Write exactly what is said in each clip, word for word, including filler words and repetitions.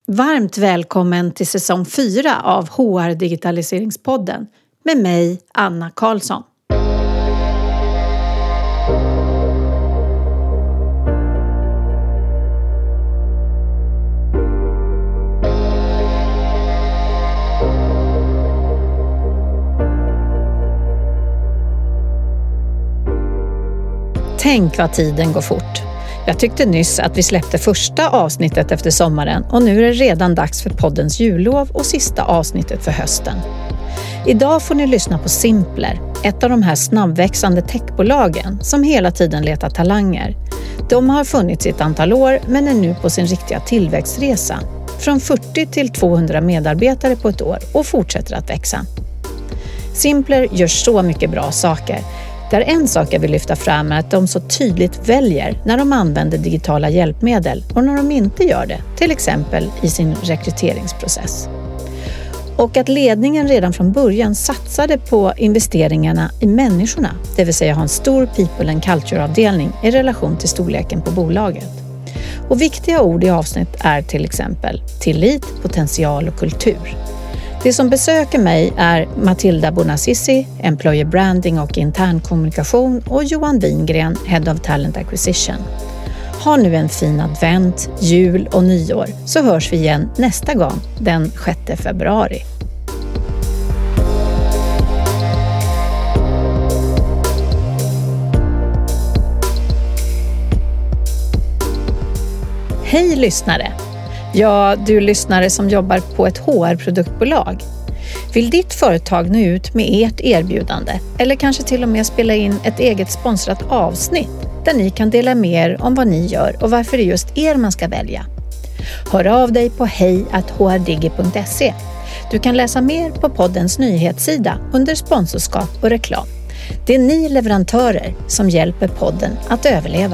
Varmt välkommen till säsong fyra av H R Digitaliseringspodden med mig, Anna Karlsson. Tänk vad tiden går fort. Jag tyckte nyss att vi släppte första avsnittet efter sommaren och nu är det redan dags för poddens jullov och sista avsnittet för hösten. Idag får ni lyssna på Simpler, ett av de här snabbväxande techbolagen som hela tiden letar talanger. De har funnits i ett antal år men är nu på sin riktiga tillväxtresa. Från fyrtio till tvåhundra medarbetare på ett år och fortsätter att växa. Simpler gör så mycket bra saker. Där en sak jag vill lyfta fram är att de så tydligt väljer när de använder digitala hjälpmedel och när de inte gör det, till exempel i sin rekryteringsprocess. Och att ledningen redan från början satsade på investeringarna i människorna, det vill säga ha en stor people and culture-avdelning i relation till storleken på bolaget. Och viktiga ord i avsnitt är till exempel tillit, potential och kultur. Det som besöker mig är Matilda Bonassisi, Employer Branding och intern kommunikation och Johan Wingren, Head of Talent Acquisition. Ha nu en fin advent, jul och nyår så hörs vi igen nästa gång den sjätte februari. Hej lyssnare! Ja, du lyssnare som jobbar på ett H R-produktbolag. Vill ditt företag nå ut med ert erbjudande eller kanske till och med spela in ett eget sponsrat avsnitt där ni kan dela mer om vad ni gör och varför det är just er man ska välja? Hör av dig på hej at h r digi punkt se. Du kan läsa mer på poddens nyhetssida under sponsorskap och reklam. Det är ni leverantörer som hjälper podden att överleva.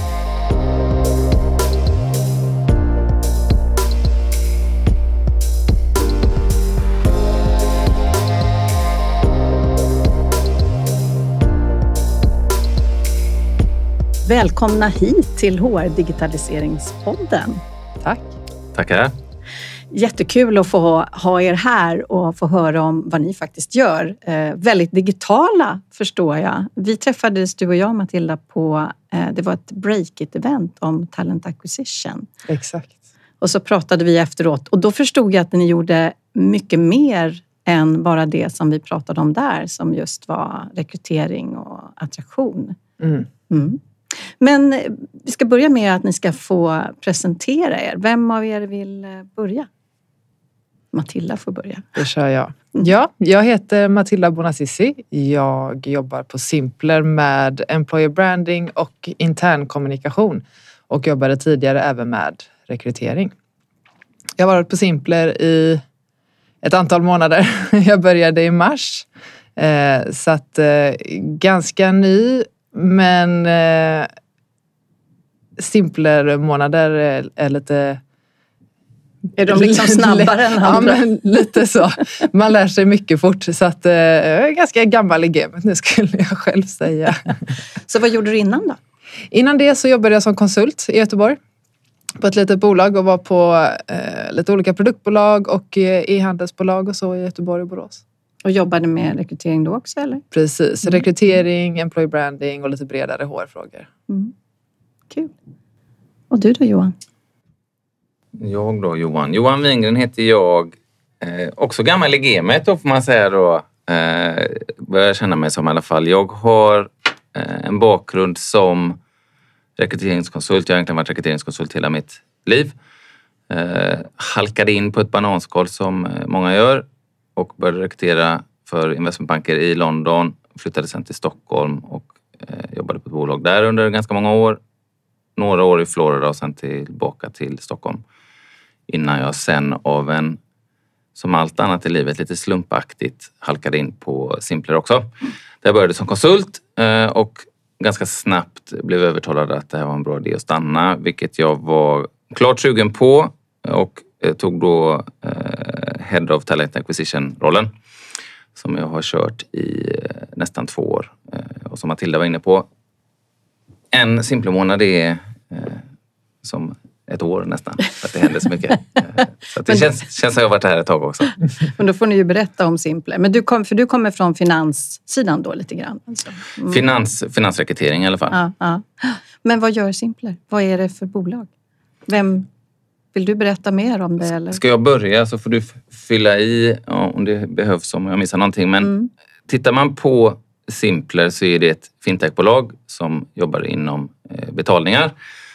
Välkomna hit till H R Digitaliseringspodden. Tack. Tackar. Jättekul att få ha er här och få höra om vad ni faktiskt gör. Eh, väldigt digitala förstår jag. Vi träffades, du och jag Matilda, på eh, det var ett break-it-event om talent acquisition. Exakt. Och så pratade vi efteråt och då förstod jag att ni gjorde mycket mer än bara det som vi pratade om där som just var rekrytering och attraktion. Mm. Mm. Men vi ska börja med att ni ska få presentera er. Vem av er vill börja? Matilda får börja. Det kör jag. Ja, jag heter Matilda Bonassisi. Jag jobbar på Simpler med Employer Branding och intern kommunikation. Och jobbade tidigare även med rekrytering. Jag har varit på Simpler i ett antal månader. Jag började i mars. Så att ganska ny. Men eh, Simpler månader är, är lite... Är de liksom snabbare än andra? Ja, men lite så. Man lär sig mycket fort. Så att, eh, jag är ganska gammal i gamet nu skulle jag själv säga. Så vad gjorde du innan då? Innan det så jobbade jag som konsult i Göteborg. På ett litet bolag och var på eh, lite olika produktbolag och eh, e-handelsbolag och så i Göteborg och Borås. Och jobbade med rekrytering då också, eller? Precis. Mm. Rekrytering, employee branding och lite bredare H R-frågor. Mm. Kul. Och du då, Johan? Jag då, Johan. Johan Wingren heter jag. Eh, också gammal i gamet då får man säga då. Eh, börjar jag känna mig som i alla fall. Jag har eh, en bakgrund som rekryteringskonsult. Jag har egentligen varit rekryteringskonsult hela mitt liv. Eh, halkade in på ett bananskal som många gör. Och började rekrytera för investmentbanker i London. Flyttade sen till Stockholm och eh, jobbade på ett bolag där under ganska många år. Några år i Florida och sen tillbaka till Stockholm. Innan jag sen av en, som allt annat i livet, lite slumpaktigt halkade in på Simpler också. Där jag började som konsult eh, och ganska snabbt blev övertalad att det här var en bra idé att stanna. Vilket jag var klart sugen på och eh, tog då eh, Head of Talent Acquisition-rollen. Som jag har kört i eh, nästan två år. Eh, och som Matilda var inne på. En Simpler månad är, eh, som ett år nästan. För att det händer så mycket. Så att det känns, känns som jag har varit här ett tag också. Men då får ni ju berätta om Simpler. Men du, kom, för du kommer från finanssidan då lite grann. Alltså. Mm. Finans, finansrekrytering i alla fall. Ja, ja. Men vad gör Simpler? Vad är det för bolag? Vem... Vill du berätta mer om det? Eller? Ska jag börja så får du fylla i ja, om det behövs, om jag missar någonting. Men mm. tittar man på Simpler så är det ett fintechbolag som jobbar inom eh, betalningar.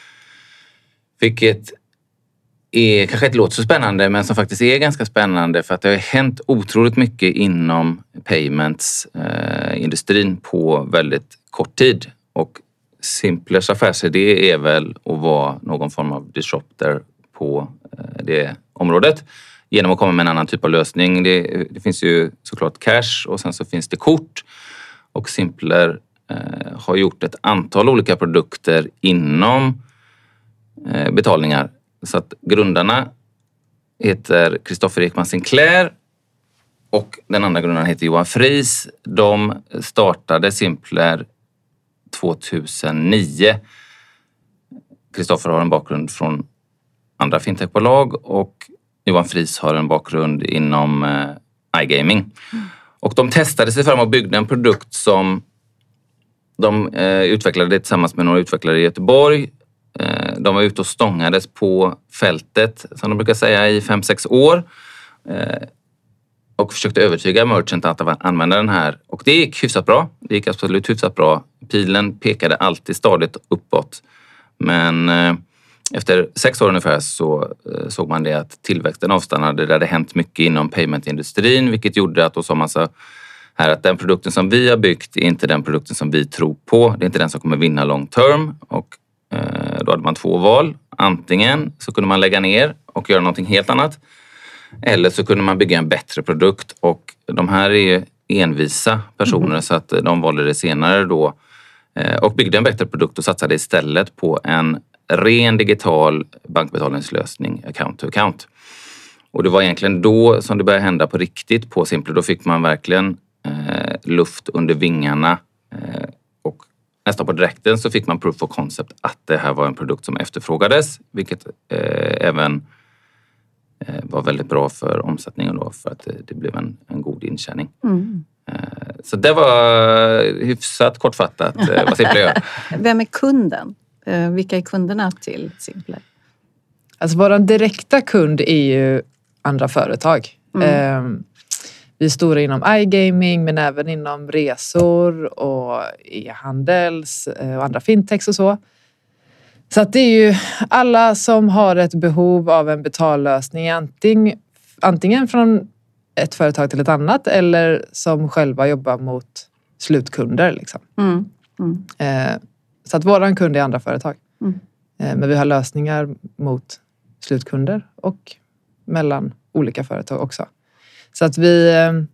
Vilket är, kanske inte låter så spännande, men som faktiskt är ganska spännande för att det har hänt otroligt mycket inom payments-industrin eh, på väldigt kort tid. Och Simplers affärsidé är väl att vara någon form av disruptor på det området genom att komma med en annan typ av lösning. Det, det finns ju såklart cash och sen så finns det kort. Och Simpler eh, har gjort ett antal olika produkter inom eh, betalningar. Så att grundarna heter Christopher Ekman Sinclair och den andra grundaren heter Johan Friis. De startade Simpler tjugohundranio. Christopher har en bakgrund från andra fintechbolag och Johan Friis har en bakgrund inom eh, iGaming. Mm. Och de testade sig fram och byggde en produkt som de eh, utvecklade tillsammans med några utvecklare i Göteborg. Eh, de var ute och stångades på fältet, som de brukar säga, i fem sex år. Eh, och försökte övertyga merchant att använda den här. Och det gick hyfsat bra. Det gick absolut hyfsat bra. Pilen pekade alltid stadigt uppåt. Men eh, efter sex år ungefär så eh, såg man det att tillväxten avstannade. Det hade hänt mycket inom paymentindustrin, vilket gjorde att då sa man så här att den produkten som vi har byggt är inte den produkten som vi tror på. Det är inte den som kommer vinna long term. Och eh, då hade man två val. Antingen så kunde man lägga ner och göra någonting helt annat. Eller så kunde man bygga en bättre produkt. Och de här är envisa personer mm. så att de valde det senare då. Eh, och byggde en bättre produkt och satsade istället på en ren digital bankbetalningslösning, account to account. Och det var egentligen då som det började hända på riktigt på Simpler. Då fick man verkligen eh, luft under vingarna. Eh, och nästan på direkten så fick man proof of concept att det här var en produkt som efterfrågades. Vilket eh, även eh, var väldigt bra för omsättningen då. För att det, det blev en, en god intjäning. Mm. Eh, så det var hyfsat kortfattat eh, vad Simpler gör. Vem är kunden? Eh, vilka är kunderna till Simpler? Alltså vår direkta kund är ju andra företag. Mm. Eh, vi är stora inom iGaming men även inom resor och e-handels och andra fintechs och så. Så att det är ju alla som har ett behov av en betallösning antingen, antingen från ett företag till ett annat eller som själva jobbar mot slutkunder. Liksom. Mm. Mm. Eh, så att våran kund är andra företag. Mm. Eh, men vi har lösningar mot slutkunder och mellan olika företag också. Så att vi,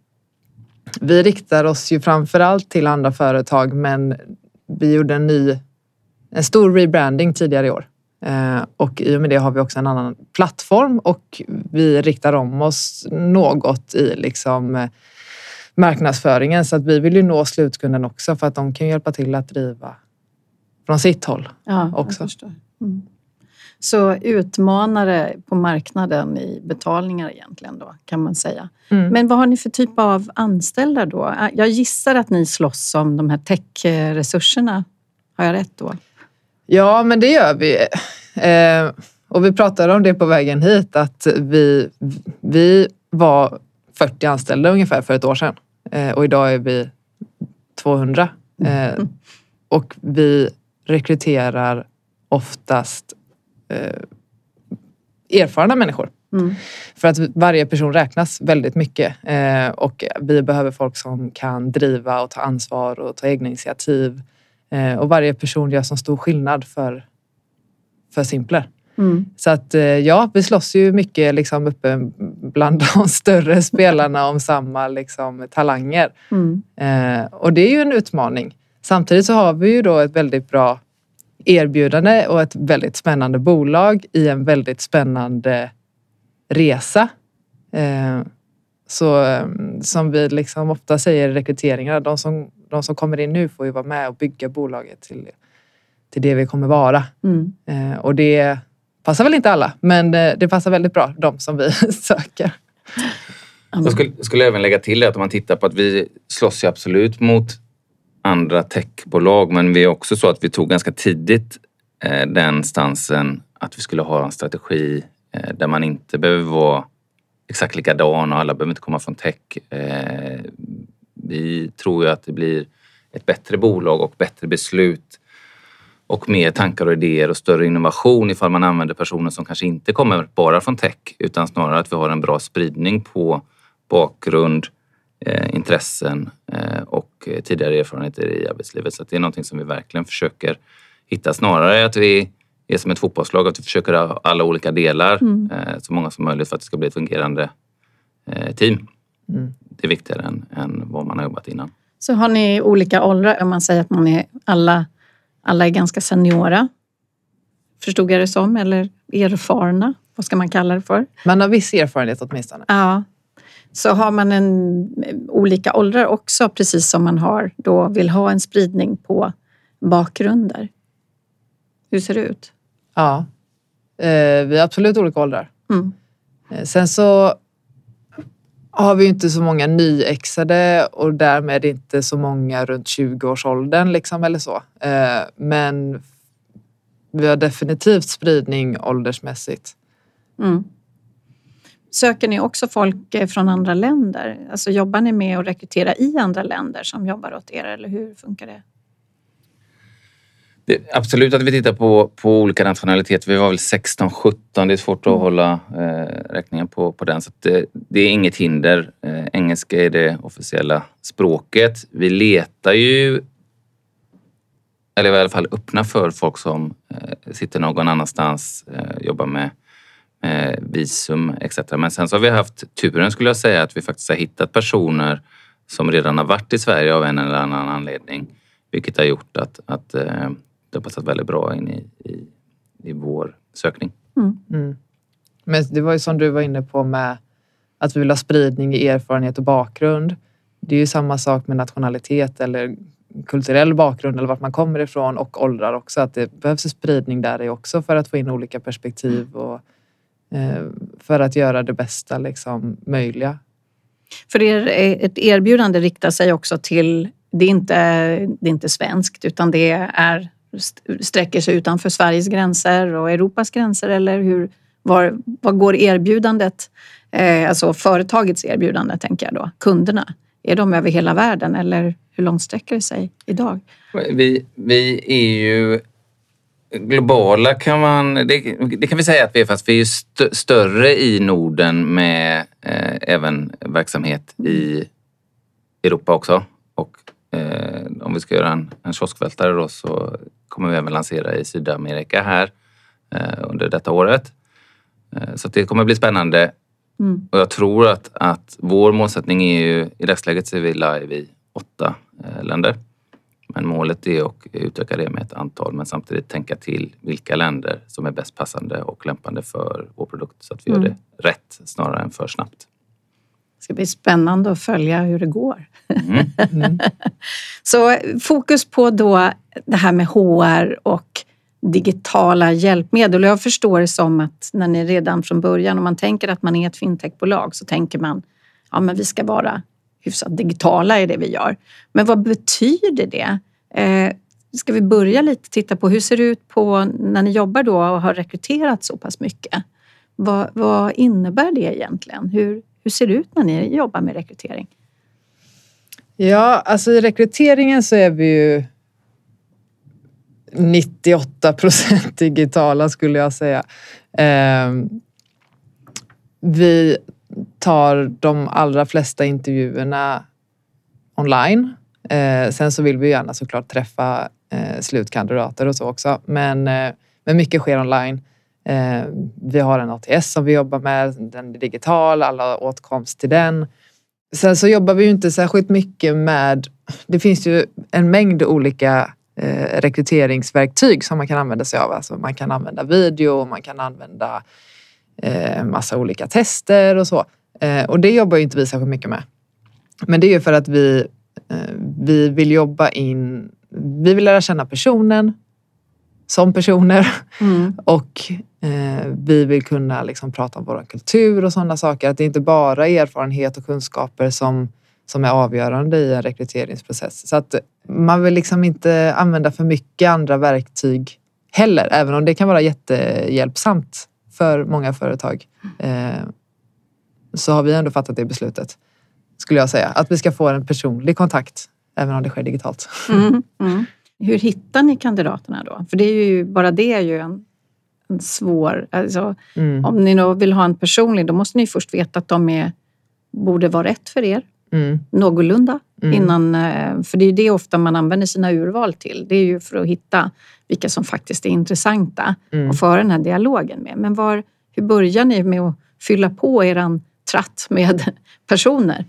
vi riktar oss ju framförallt till andra företag men vi gjorde en ny, en stor rebranding tidigare i år. Eh, och i och med det har vi också en annan plattform och vi riktar om oss något i liksom marknadsföringen så att vi vill ju nå slutkunden också för att de kan hjälpa till att driva från sitt håll ja, också. Jag förstår. Mm. Så utmanare på marknaden i betalningar egentligen då, kan man säga. Mm. Men vad har ni för typ av anställda då? Jag gissar att ni slåss om de här tech-resurserna. Har jag rätt då? Ja, men det gör vi. Eh, och vi pratade om det på vägen hit. Att vi, vi var fyrtio anställda ungefär för ett år sedan. Eh, och idag är vi tvåhundra. Eh, mm. Och vi rekryterar oftast Eh, erfarna människor. Mm. För att varje person räknas väldigt mycket. Eh, och vi behöver folk som kan driva och ta ansvar och ta egna initiativ. Eh, och varje person gör så stor skillnad för, för Simpler. Mm. Så att eh, ja, vi slåss ju mycket liksom uppe bland de större spelarna om samma liksom, talanger. Mm. Eh, och det är ju en utmaning. Samtidigt så har vi ju då ett väldigt bra erbjudande och ett väldigt spännande bolag i en väldigt spännande resa. Eh, så eh, som vi liksom ofta säger i rekryteringarna, de som, de som kommer in nu får ju vara med och bygga bolaget till, till det vi kommer vara. Mm. Eh, och det, passar väl inte alla, men det passar väldigt bra, de som vi söker. Jag skulle, skulle även lägga till att om man tittar på att vi slåss ju absolut mot andra techbolag, men vi är också så att vi tog ganska tidigt eh, den stansen att vi skulle ha en strategi eh, där man inte behöver vara exakt likadan och alla behöver inte komma från tech. Eh, vi tror ju att det blir ett bättre bolag och bättre beslut och mer tankar och idéer och större innovation ifall man använder personer som kanske inte kommer bara från tech, utan snarare att vi har en bra spridning på bakgrund, eh, intressen eh, och tidigare erfarenheter i arbetslivet. Så det är någonting som vi verkligen försöker hitta, snarare att vi är som ett fotbollslag, att vi försöker ha alla olika delar, mm. eh, så många som möjligt för att det ska bli ett fungerande eh, team. Mm. Det är viktigare än, än vad man har jobbat innan. Så har ni olika åldrar, om man säger att man är alla, alla är ganska seniora, förstod jag det som, eller erfarna, vad ska man kalla det för? Man har viss erfarenhet åtminstone. Ja, så har man en olika åldrar också, precis som man har då vill ha en spridning på bakgrunder. Hur ser det ut? Ja, eh, vi har absolut olika åldrar. Mm. Eh, sen så har vi ju inte så många nyexade och därmed inte så många runt tjugo-årsåldern liksom, eller så. Eh, men vi har definitivt spridning åldersmässigt. Mm. Söker ni också folk från andra länder? Alltså jobbar ni med att rekrytera i andra länder som jobbar åt er, eller hur funkar det? Det, absolut att vi tittar på, på olika nationaliteter. Vi var väl sexton sjutton. Det är svårt att mm. hålla eh, räkningen på, på den. Så att det, det är inget hinder. Eh, engelska är det officiella språket. Vi letar ju, eller i alla fall öppna för folk som eh, sitter någon annanstans, eh, jobbar med eh, visum et cetera. Men sen så har vi haft turen, skulle jag säga, att vi faktiskt har hittat personer som redan har varit i Sverige av en eller annan anledning. Vilket har gjort att, att eh, det har passat väldigt bra in i, i, i vår sökning. Mm. Mm. Men det var ju som du var inne på med att vi vill ha spridning i erfarenhet och bakgrund. Det är ju samma sak med nationalitet eller kulturell bakgrund eller vart man kommer ifrån, och åldrar också. Att det behövs en spridning där också för att få in olika perspektiv och eh, för att göra det bästa liksom, möjliga. För er, ett erbjudande riktar sig också till, det är inte, det är inte svenskt, utan det är, sträcker sig utanför Sveriges gränser och Europas gränser, eller hur, var, var går erbjudandet, eh, alltså företagets erbjudande tänker jag då, kunderna, är de över hela världen eller hur långt sträcker det sig idag? Vi, vi är ju globala, kan man, det, det kan vi säga att vi är, fast vi är st- större i Norden med eh, även verksamhet i Europa också. Och eh, om vi ska göra en, en kioskvältare då, så kommer vi även lansera i Sydamerika här eh, under detta året. Eh, så det kommer bli spännande. Mm. Och jag tror att, att vår målsättning är ju, i dagsläget så är vi live i åtta eh, länder. Men målet är att utöka det med ett antal, men samtidigt tänka till vilka länder som är bäst passande och lämpande för vår produkt, så att vi mm. gör det rätt snarare än för snabbt. Det ska bli spännande att följa hur det går. Mm. Mm. Så fokus på då det här med H R och digitala hjälpmedel. Och jag förstår det som att när ni redan från början, om man tänker att man är ett fintechbolag, så tänker man, ja men vi ska vara hyfsat digitala i det vi gör. Men vad betyder det? Eh, ska vi börja lite titta på hur ser det ut på när ni jobbar då och har rekryterat så pass mycket? Vad, vad innebär det egentligen? Hur, hur ser det ut när ni jobbar med rekrytering? Ja, alltså i rekryteringen så är vi ju nittioåtta procent digitala skulle jag säga. Eh, vi tar de allra flesta intervjuerna online. Eh, sen så vill vi gärna såklart träffa eh, slutkandidater och så också. Men, eh, men mycket sker online. Eh, vi har en A T S som vi jobbar med. Den är digital, alla åtkomst till den. Sen så jobbar vi ju inte särskilt mycket med... Det finns ju en mängd olika eh, rekryteringsverktyg som man kan använda sig av. Alltså man kan använda video, man kan använda eh, massa olika tester och så. Eh, och det jobbar ju inte vi särskilt mycket med. Men det är ju för att vi, eh, vi vill jobba in... Vi vill lära känna personen som personer. Mm. Och Eh, vi vill kunna liksom prata om vår kultur och sådana saker. Att det inte bara är erfarenhet och kunskaper som, som är avgörande i en rekryteringsprocess. Så att man vill liksom inte använda för mycket andra verktyg heller. Även om det kan vara jättehjälpsamt för många företag. Eh, så har vi ändå fattat det beslutet. Skulle jag säga. Att vi ska få en personlig kontakt. Även om det sker digitalt. Mm, mm. Hur hittar ni kandidaterna då? För det är ju, bara det är ju en, en svår... Alltså, mm. Om ni då vill ha en personlig, då måste ni först veta att de är, borde vara rätt för er. Mm. Någorlunda. Mm. Innan, för det är ju det ofta man använder sina urval till. Det är ju för att hitta vilka som faktiskt är intressanta. Mm. Och föra den här dialogen med. Men var, hur börjar ni med att fylla på eran tratt med personer?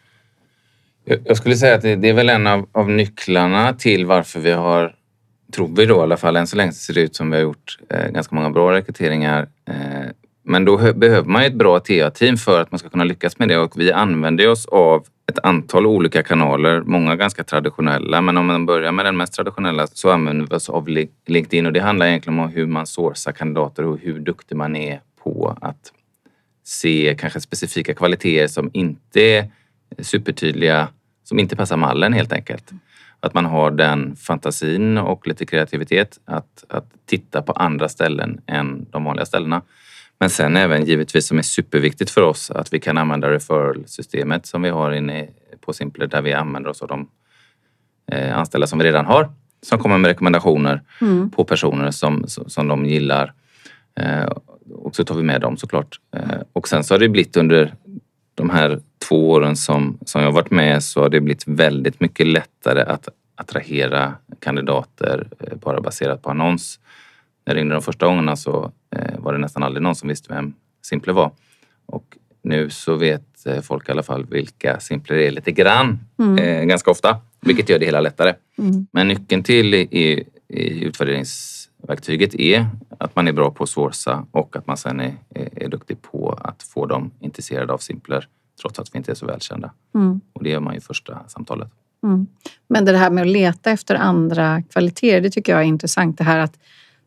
Jag skulle säga att det är väl en av, av nycklarna till varför vi har, tror vi då i alla fall, än så länge ser det ut som vi har gjort eh, ganska många bra rekryteringar. Eh, men då hö- behöver man ju ett bra T A-team för att man ska kunna lyckas med det. Och vi använder oss av ett antal olika kanaler, många ganska traditionella. Men om man börjar med den mest traditionella så använder vi oss av LinkedIn. Och det handlar egentligen om hur man sourcar kandidater och hur duktig man är på att se kanske specifika kvaliteter som inte är supertydliga, som inte passar mallen helt enkelt. Att man har den fantasin och lite kreativitet att, att titta på andra ställen än de vanliga ställena. Men sen även givetvis som är superviktigt för oss att vi kan använda referral-systemet som vi har inne på Simpler där vi använder oss av de eh, anställda som vi redan har. Som kommer med rekommendationer mm. på personer som, som de gillar. Eh, och så tar vi med dem såklart. Eh, och sen så har det blivit under de här två åren som, som jag har varit med så har det blivit väldigt mycket lättare att attrahera kandidater eh, bara baserat på annons. När jag ringde de första gångerna så eh, var det nästan aldrig någon som visste vem Simpler var. Och nu så vet eh, folk i alla fall vilka Simpler är lite grann, mm. eh, ganska ofta. Vilket gör det hela lättare. Mm. Men nyckeln till i, i, i utvärderingsverktyget är att man är bra på att sourca och att man sen är, är, är duktig på att få dem intresserade av Simpler trots att vi inte är så välkända. Mm. Och det gör man ju i första samtalet. Mm. Men det här med att leta efter andra kvaliteter, det tycker jag är intressant. Det här att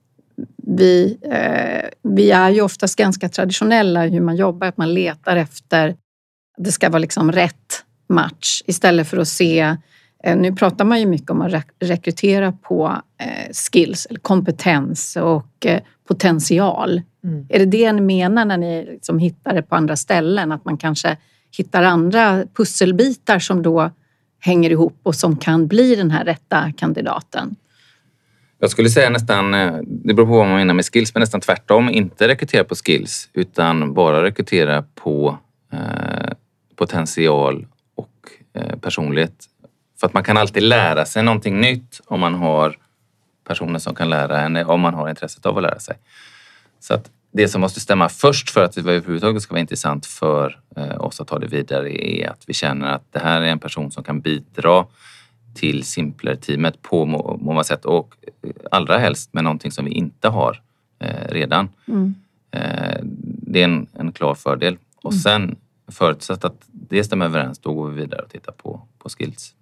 vi, eh, vi är ju oftast ganska traditionella i hur man jobbar. Att man letar efter, det ska vara liksom rätt match istället för att se. Nu pratar man ju mycket om att rekrytera på skills eller kompetens och potential. Mm. Är det det ni menar när ni liksom hittar det på andra ställen? Att man kanske hittar andra pusselbitar som då hänger ihop och som kan bli den här rätta kandidaten? Jag skulle säga nästan, det beror på vad man menar med skills, men nästan tvärtom. Inte rekrytera på skills utan bara rekrytera på eh, potential och eh, personlighet. För att man kan alltid lära sig någonting nytt om man har personer som kan lära en, om man har intresset av att lära sig. Så att det som måste stämma först för att det överhuvudtaget ska vara intressant för oss att ta det vidare är att vi känner att det här är en person som kan bidra till Simpler-teamet på många sätt och allra helst med någonting som vi inte har redan. Mm. Det är en, en klar fördel. Och sen förutsatt att det stämmer överens, då går vi vidare och tittar på, på skills.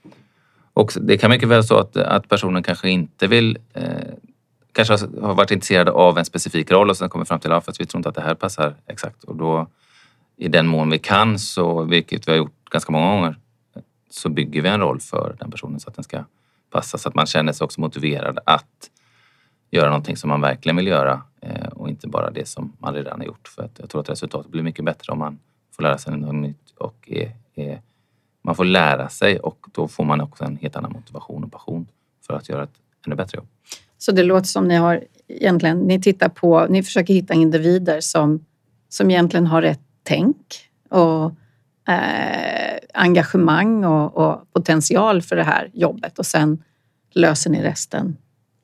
Och det kan mycket väl så att, att personen kanske inte vill, eh, kanske har varit intresserad av en specifik roll och sen kommer fram till att ja, vi tror inte att det här passar exakt. Och då i den mån vi kan, så, vilket vi har gjort ganska många gånger, så bygger vi en roll för den personen så att den ska passa. Så att man känner sig också motiverad att göra någonting som man verkligen vill göra eh, och inte bara det som man redan har gjort. För att jag tror att resultatet blir mycket bättre om man får lära sig något nytt och är, är man får lära sig och då får man också en helt annan motivation och passion för att göra ett ännu bättre jobb. Så det låter som ni har egentligen, ni tittar på, ni försöker hitta individer som, som egentligen har rätt tänk och eh, engagemang och, och potential för det här jobbet och sen löser ni resten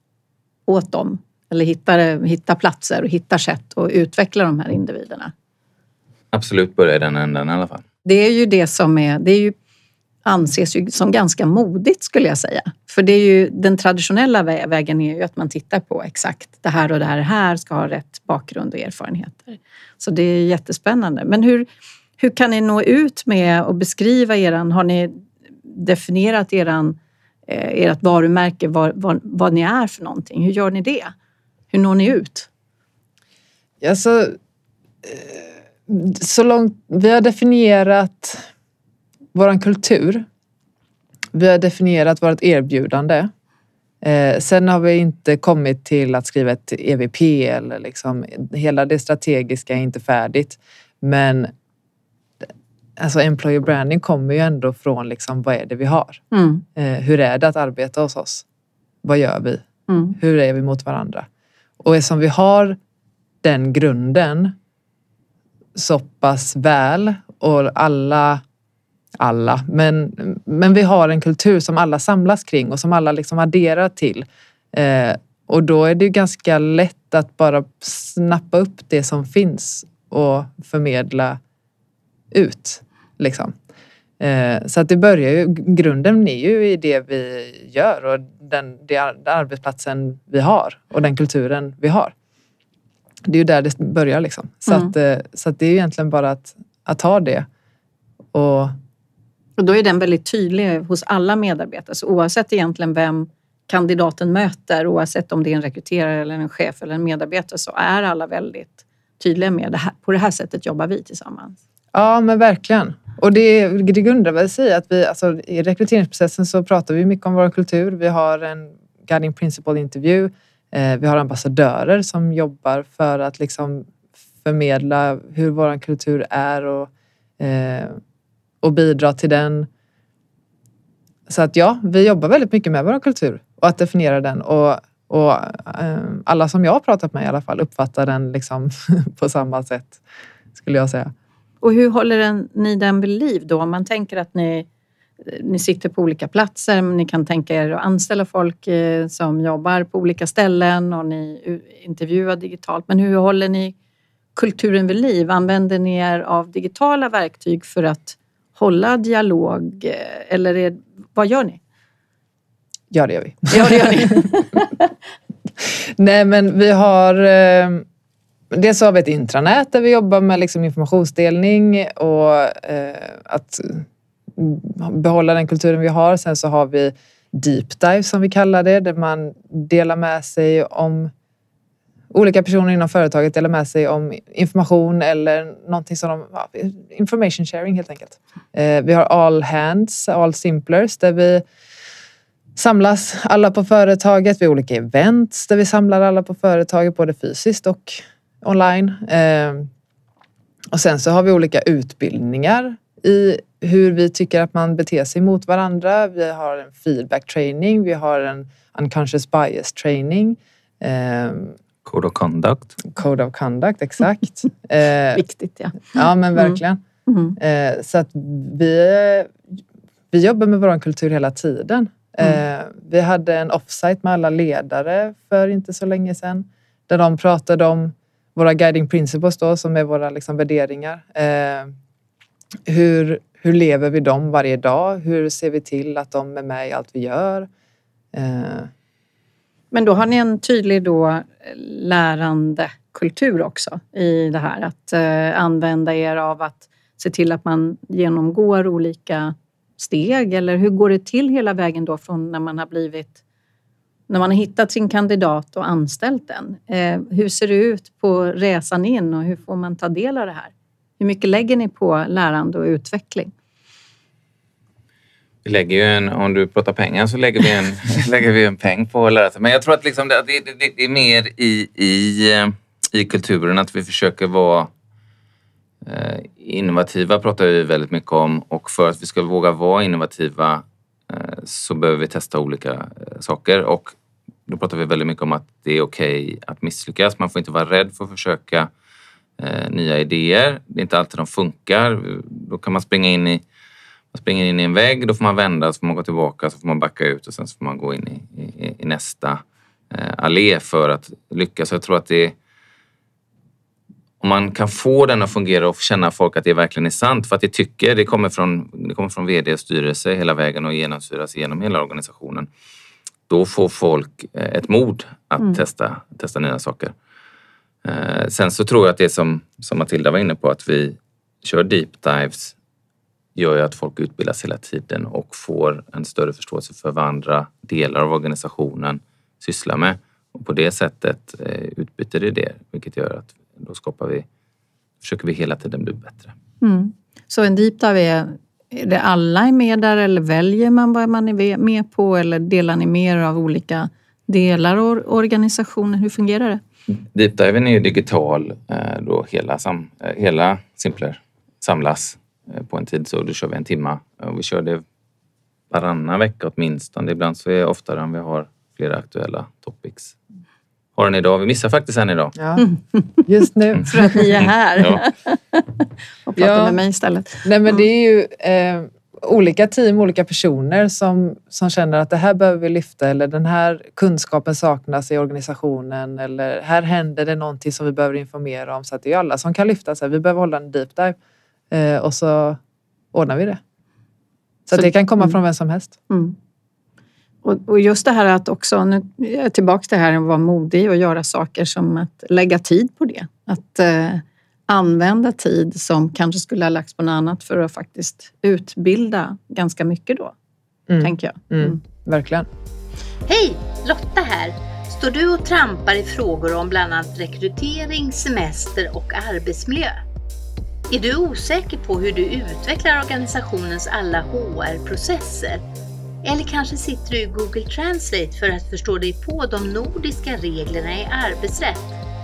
åt dem. Eller hittar, hittar platser och hittar sätt att utveckla de här individerna. Absolut, börja i den änden i alla fall. Det är ju det som är, det är ju anses ju som ganska modigt skulle jag säga. För det är ju, den traditionella vägen är ju att man tittar på exakt det här och det här, det här ska ha rätt bakgrund och erfarenheter. Så det är jättespännande. Men hur, hur kan ni nå ut med att beskriva eran, har ni definierat eran, eh, ert varumärke, vad, vad, vad ni är för någonting? Hur gör ni det? Hur når ni ut? Alltså, så långt vi har definierat våran kultur. Vi har definierat vårt erbjudande. Eh, sen har vi inte kommit till att skriva ett E V P eller liksom hela det strategiska är inte färdigt. Men alltså employer branding kommer ju ändå från liksom vad är det vi har? Mm. Eh, hur är det att arbeta hos oss? Vad gör vi? Mm. Hur är vi mot varandra? Och eftersom vi har den grunden så pass väl och alla alla, men, men vi har en kultur som alla samlas kring och som alla liksom adderar till. Eh, och då är det ju ganska lätt att bara snappa upp det som finns och förmedla ut. Liksom. Eh, så att det börjar ju, grunden är ju i det vi gör och den, det arbetsplatsen vi har och den kulturen vi har. Det är ju där det börjar liksom. Så, mm. att, eh, så att det är ju egentligen bara att, att ta det och Och då är den väldigt tydlig hos alla medarbetare. Så oavsett egentligen vem kandidaten möter, oavsett om det är en rekryterare eller en chef eller en medarbetare, så är alla väldigt tydliga med det här. På det här sättet jobbar vi tillsammans. Ja, men verkligen. Och det, det grundar väl sig att vi, alltså, i rekryteringsprocessen så pratar vi mycket om vår kultur. Vi har en guiding principle interview. Eh, vi har ambassadörer som jobbar för att liksom förmedla hur vår kultur är och eh, och bidra till den. Så att ja, vi jobbar väldigt mycket med vår kultur och att definiera den. Och, och äh, alla som jag har pratat med i alla fall uppfattar den liksom på samma sätt, skulle jag säga. Och hur håller den, ni den vid liv då? Om man tänker att ni, ni sitter på olika platser, men ni kan tänka er att anställa folk eh, som jobbar på olika ställen och ni intervjuar digitalt. Men hur håller ni kulturen vid liv? Använder ni er av digitala verktyg för att hålla dialog, eller är, vad gör ni? Ja, det gör vi. Ja, det gör ni. Nej, men vi har dels så har vi ett intranät där vi jobbar med liksom informationsdelning och eh, att behålla den kulturen vi har. Sen så har vi deep dive som vi kallar det, där man delar med sig om olika personer inom företaget delar med sig om information eller någonting som de... Ja, information sharing helt enkelt. Eh, vi har all hands, all simplers där vi samlas alla på företaget. Vi har olika events där vi samlar alla på företaget både fysiskt och online. Eh, och sen så har vi olika utbildningar i hur vi tycker att man beter sig mot varandra. Vi har en feedback training, vi har en unconscious bias training. Eh, Code of conduct. Code of conduct, exakt. eh, Viktigt, ja. Ja, men verkligen. Mm. Mm. Eh, så att vi, vi jobbar med vår kultur hela tiden. Mm. Eh, vi hade en offsite med alla ledare för inte så länge sedan. Där de pratade om våra guiding principles då, som är våra liksom, värderingar. Eh, hur, hur lever vi dem varje dag? Hur ser vi till att de är med i allt vi gör? Eh, Men då har ni en tydlig då lärande kultur också i det här. Att eh, använda er av att se till att man genomgår olika steg. Eller hur går det till hela vägen då från när man har blivit, när man har hittat sin kandidat och anställt den. Eh, hur ser det ut på resan in och hur får man ta del av det här? Hur mycket lägger ni på lärande och utveckling? Vi lägger ju en, om du pratar pengar så lägger vi en, lägger vi en peng på att lära sig. Men jag tror att liksom det, det, det, det är mer i, i, i kulturen att vi försöker vara eh, innovativa, pratar vi väldigt mycket om. Och för att vi ska våga vara innovativa eh, så behöver vi testa olika eh, saker. Och då pratar vi väldigt mycket om att det är okej att misslyckas. Man får inte vara rädd för att försöka eh, nya idéer. Det är inte alltid de funkar. Då kan man springa in i Man springer in i en vägg, då får man vända, så får man gå tillbaka, så får man backa ut och sen så får man gå in i, i, i nästa eh, allé för att lyckas. Så jag tror att det, om man kan få den att fungera och känna folk att det verkligen är sant, för att det tycker, det kommer från, det kommer från vd och styrelse hela vägen och genomsyras genom hela organisationen. Då får folk eh, ett mod att mm. testa, testa nya saker. Eh, sen så tror jag att det som, som Matilda var inne på, att vi kör deep dives, gör ju att folk utbildas hela tiden och får en större förståelse för vad andra delar av organisationen sysslar med. Och på det sättet eh, utbyter det det, vilket gör att då skapar vi, försöker vi hela tiden bli bättre. Mm. Så en deep dive är, är det alla är med där eller väljer man vad man är med på eller delar ni mer av olika delar och organisationen? Hur fungerar det? Deep diven är ju digital, då hela, sam, hela Simpler samlas på en tid, så då kör vi en timma. Och vi kör det varannan vecka åtminstone. Ibland så är det oftare om vi har flera aktuella topics. Har den idag? Vi missar faktiskt en idag. Ja, just nu. För att ni är här. Ja. Och pratar Ja. med mig istället. Nej, men det är ju eh, olika team, olika personer som, som känner att det här behöver vi lyfta, eller den här kunskapen saknas i organisationen, eller här händer det någonting som vi behöver informera om. Så att det är alla som kan lyfta sig. Vi behöver hålla en deep dive eh, och så ordnar vi det. Så, så att det kan komma mm. från vem som helst. Mm. Och, och just det här att också, nu är jag tillbaka till det här att vara modig och göra saker som att lägga tid på det. Att eh, använda tid som kanske skulle ha lagts på något annat för att faktiskt utbilda ganska mycket då, mm. tänker jag. Mm. Mm. Verkligen. Hej, Lotta här. Står du och trampar i frågor om bland annat rekrytering, semester och arbetsmiljö? Är du osäker på hur du utvecklar organisationens alla H R-processer? Eller kanske sitter du i Google Translate för att förstå dig på de nordiska reglerna i arbetsrätt?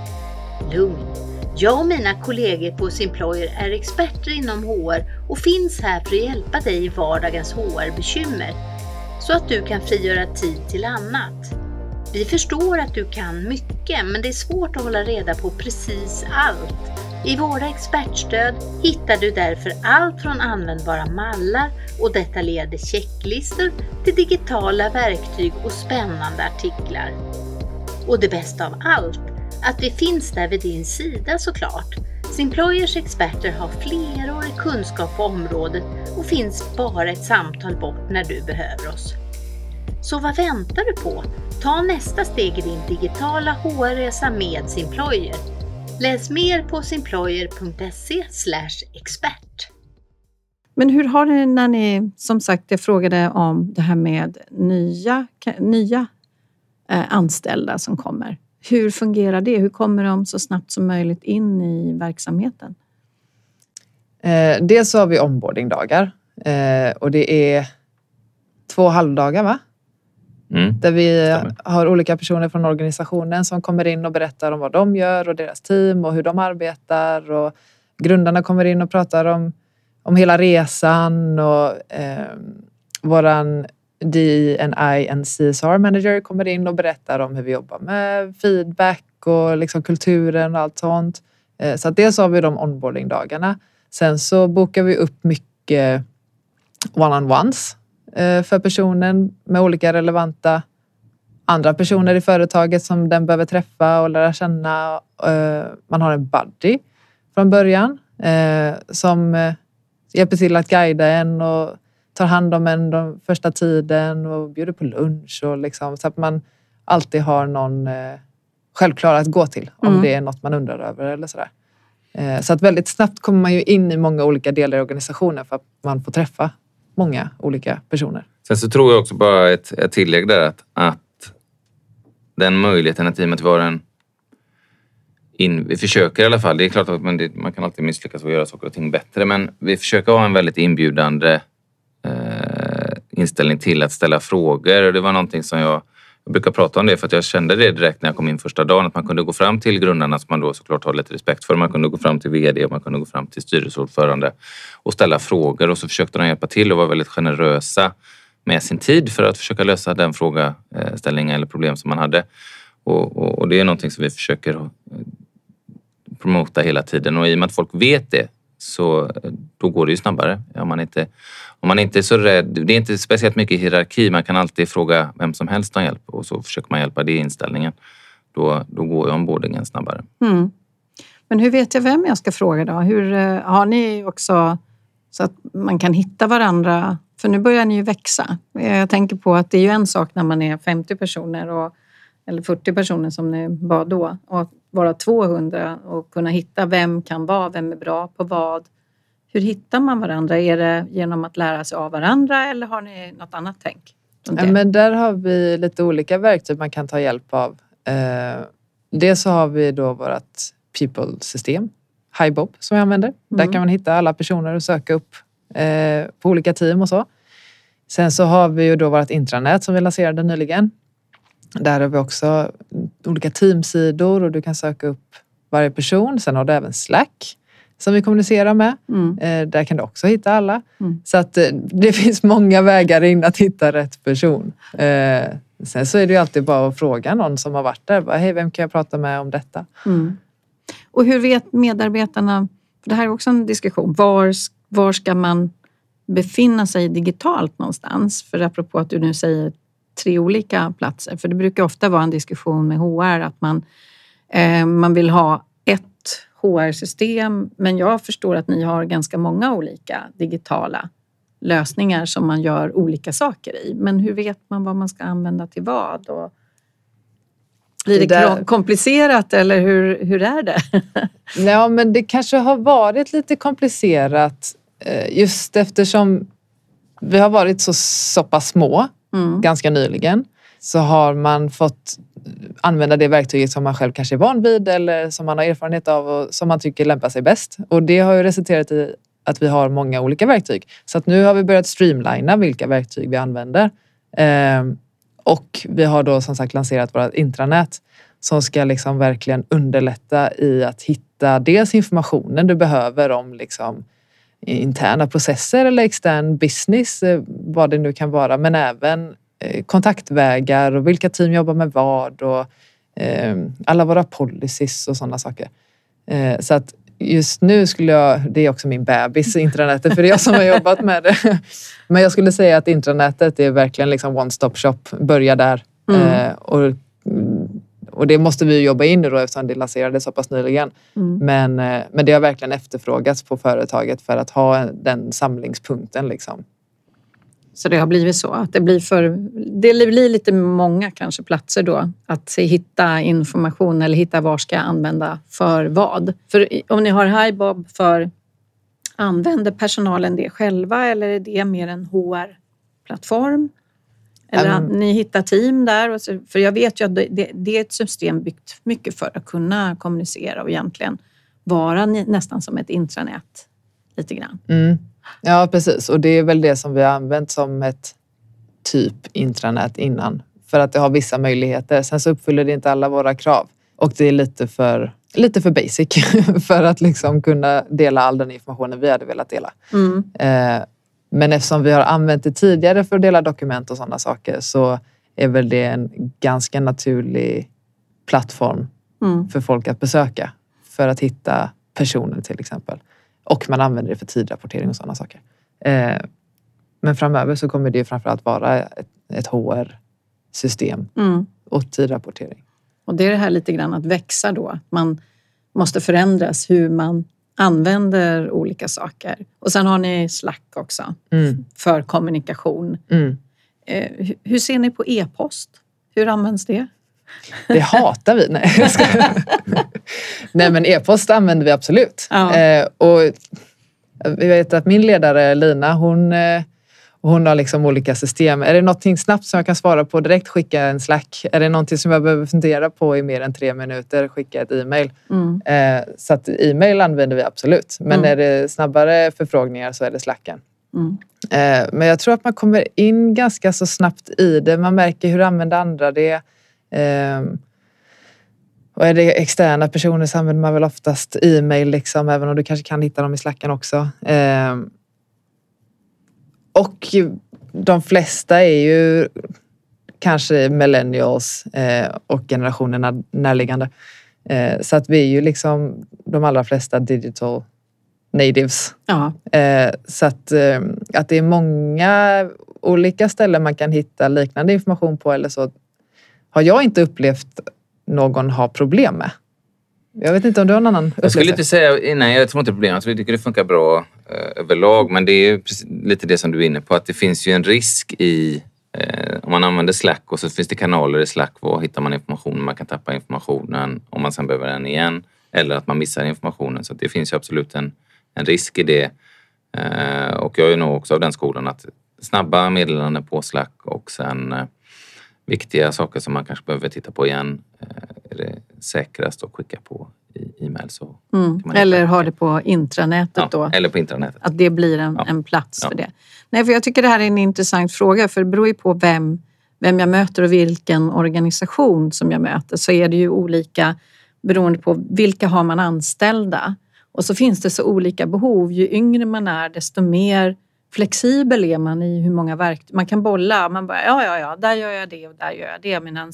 Lugn! Jag och mina kollegor på Simployer är experter inom H R och finns här för att hjälpa dig i vardagens H R-bekymmer så att du kan frigöra tid till annat. Vi förstår att du kan mycket, men det är svårt att hålla reda på precis allt. I våra expertstöd hittar du därför allt från användbara mallar och detaljerade checklistor till digitala verktyg och spännande artiklar. Och det bästa av allt, att vi finns där vid din sida såklart. Simployers experter har flerårig kunskap på området och finns bara ett samtal bort när du behöver oss. Så vad väntar du på? Ta nästa steg i din digitala H R-resa med Simployer. Läs mer på simployer punkt se slash expert. Men hur har det när ni, som sagt, jag frågade om det här med nya, nya eh, anställda som kommer. Hur fungerar det? Hur kommer de så snabbt som möjligt in i verksamheten? Eh, dels så har vi onboardingdagar eh, och det är två halvdagar, va? Mm. Där vi Stämmer. har olika personer från organisationen som kommer in och berättar om vad de gör och deras team och hur de arbetar. Och grundarna kommer in och pratar om, om hela resan och eh, våran D and I and C S R manager kommer in och berättar om hur vi jobbar med feedback och liksom kulturen och allt sånt. Eh, så att dels har vi de onboardingdagarna. Sen så bokar vi upp mycket one-on-ones för personen med olika relevanta andra personer i företaget som den behöver träffa och lära känna. Man har en buddy från början som hjälper till att guida en och tar hand om en den första tiden och bjuder på lunch och liksom, så att man alltid har någon självklar att gå till om mm. det är något man undrar över eller sådär. Så att väldigt snabbt kommer man ju in i många olika delar i organisationen för att man får träffa många olika personer. Sen så tror jag också bara ett, ett tillägg där att, att den möjligheten att i och med att vi har en in, vi försöker i alla fall, det är klart att man, det, man kan alltid misslyckas och göra saker och ting bättre, men vi försöker ha en väldigt inbjudande eh, inställning till att ställa frågor, och det var någonting som jag, jag brukar prata om det för att jag kände det direkt när jag kom in första dagen, att man kunde gå fram till grundarna som man då såklart har lite respekt för, man kunde gå fram till vd och man kunde gå fram till styrelseordförande och ställa frågor, och så försökte de hjälpa till och vara väldigt generösa med sin tid för att försöka lösa den frågeställningen eller problem som man hade, och, och, och det är någonting som vi försöker promota hela tiden, och i och med att folk vet det så då går det ju snabbare. Om man inte, om man inte är så rädd, det är inte speciellt mycket hierarki, man kan alltid fråga vem som helst om hjälp och så försöker man hjälpa det i inställningen. Då, då går ju onboardingen snabbare. Mm. Men hur vet jag vem jag ska fråga då? Hur, har ni också så att man kan hitta varandra? För nu börjar ni ju växa. Jag tänker på att det är ju en sak när man är femtio personer och, eller fyrtio personer som ni var då, och vara tvåhundra och kunna hitta vem kan vara, vem är bra på vad. Hur hittar man varandra? Är det genom att lära sig av varandra eller har ni något annat tänk? Ja, men där har vi lite olika verktyg man kan ta hjälp av. Eh, dels så har vi då vårt people-system. HiBob som jag använder. Mm. Där kan man hitta alla personer och söka upp eh, på olika team och så. Sen så har vi ju då vårt intranät som vi lanserade nyligen. Där har vi också olika teamsidor och du kan söka upp varje person. Sen har du även Slack som vi kommunicerar med. Mm. Eh, där kan du också hitta alla. Mm. Så att eh, det finns många vägar in att hitta rätt person. Eh, sen så är det ju alltid bara att fråga någon som har varit där. Bara, hej, vem kan jag prata med om detta? Mm. Och hur vet medarbetarna, för det här är också en diskussion, var, var ska man befinna sig digitalt någonstans? För apropå att du nu säger tre olika platser. För det brukar ofta vara en diskussion med H R att man, eh, man vill ha ett H R-system. Men jag förstår att ni har ganska många olika digitala lösningar som man gör olika saker i. Men hur vet man vad man ska använda till vad? Och blir det, det där... komplicerat eller hur, hur är det? Ja, men det kanske har varit lite komplicerat just eftersom vi har varit så, så pass små mm. ganska nyligen. Så har man fått använda det verktyget som man själv kanske är van vid eller som man har erfarenhet av och som man tycker lämpar sig bäst. Och det har ju resulterat i att vi har många olika verktyg. Så att nu har vi börjat streamlina vilka verktyg vi använder. Ehm, och vi har då som sagt lanserat vårt intranät som ska liksom verkligen underlätta i att hitta dels informationen du behöver om liksom interna processer eller extern business, vad det nu kan vara, men även kontaktvägar och vilka team jobbar med vad och eh, alla våra policies och sådana saker. Eh, så att just nu skulle jag, det är också min bebis, intranätet, för det är jag som har jobbat med det. Men jag skulle säga att intranätet är verkligen liksom one stop shop, börja där. Mm. Eh, och, och det måste vi jobba in nu då eftersom det lanserades så pass nyligen. Mm. Men, eh, men det har verkligen efterfrågats på företaget för att ha den samlingspunkten liksom. Så det har blivit så att det blir för, det blir lite många kanske platser då att hitta information eller hitta var ska jag använda för vad. För om ni har HiBob, för använder personalen det själva eller är det mer en H R-plattform? Eller um, ni hittar team där? Och så, för jag vet ju att det, det är ett system byggt mycket för att kunna kommunicera och egentligen vara nästan som ett intranät lite grann. Mm. Ja, precis. Och det är väl det som vi har använt som ett typ intranät innan. För att det har vissa möjligheter. Sen så uppfyller det inte alla våra krav. Och det är lite för, lite för basic för att liksom kunna dela all den informationen vi hade velat dela. Mm. Eh, men eftersom vi har använt det tidigare för att dela dokument och sådana saker så är väl det en ganska naturlig plattform mm. för folk att besöka. För att hitta personer till exempel. Och man använder det för tidrapportering och sådana saker. Eh, men framöver så kommer det ju framförallt vara ett, ett H R-system mm. och tidrapportering. Och det är det här lite grann att växa då. Man måste förändras hur man använder olika saker. Och sen har ni Slack också mm. för kommunikation. Mm. Eh, hur ser ni på e-post? Hur används det? Det hatar vi. Nej, jag ska... Nej men e-post använder vi absolut. Ja. Eh, och vi vet att min ledare Lina, hon, eh, hon har liksom olika system. Är det någonting snabbt som jag kan svara på direkt, skicka en Slack. Är det någonting som jag behöver fundera på i mer än tre minuter, skicka ett e-mail. Mm. Eh, så att e-mail använder vi absolut. Men mm. är det snabbare förfrågningar så är det Slacken. Mm. Eh, men jag tror att man kommer in ganska så snabbt i det. Man märker hur använder andra det. Um, och är det externa personer så använder man väl oftast e-mail liksom, även om du kanske kan hitta dem i Slacken också. Um, och de flesta är ju kanske millennials uh, och generationerna närliggande. Uh, så att vi är ju liksom de allra flesta digital natives. Ja. Uh, så att, uh, att det är många olika ställen man kan hitta liknande information på eller så har jag inte upplevt någon ha problem med. Jag vet inte om du har någon annan upplevelse. Jag skulle inte säga, nej jag tror inte problem. Jag tycker det funkar bra eh, överlag. Men det är ju lite det som du är inne på. Att det finns ju en risk i, eh, om man använder Slack och så finns det kanaler i Slack. Var hittar man information? Man kan tappa informationen om man sen behöver den igen. Eller att man missar informationen. Så det finns ju absolut en, en risk i det. Eh, och jag är nog också av den skolan att snabba meddelanden på Slack och sen... Eh, viktiga saker som man kanske behöver titta på igen är det säkrast att skicka på i e-mail. Så mm. Eller ha det på intranätet ja, då. Eller på intranätet. Att det blir en, ja. en plats ja. för det. Nej, för jag tycker det här är en intressant fråga. För det beror ju på vem, vem jag möter och vilken organisation som jag möter. Så är det ju olika beroende på vilka har man anställda. Och så finns det så olika behov. Ju yngre man är, desto mer flexibel är man i hur många verktyg. Man kan bolla. Man bara, ja, ja, ja, där gör jag det och där gör jag det. Medan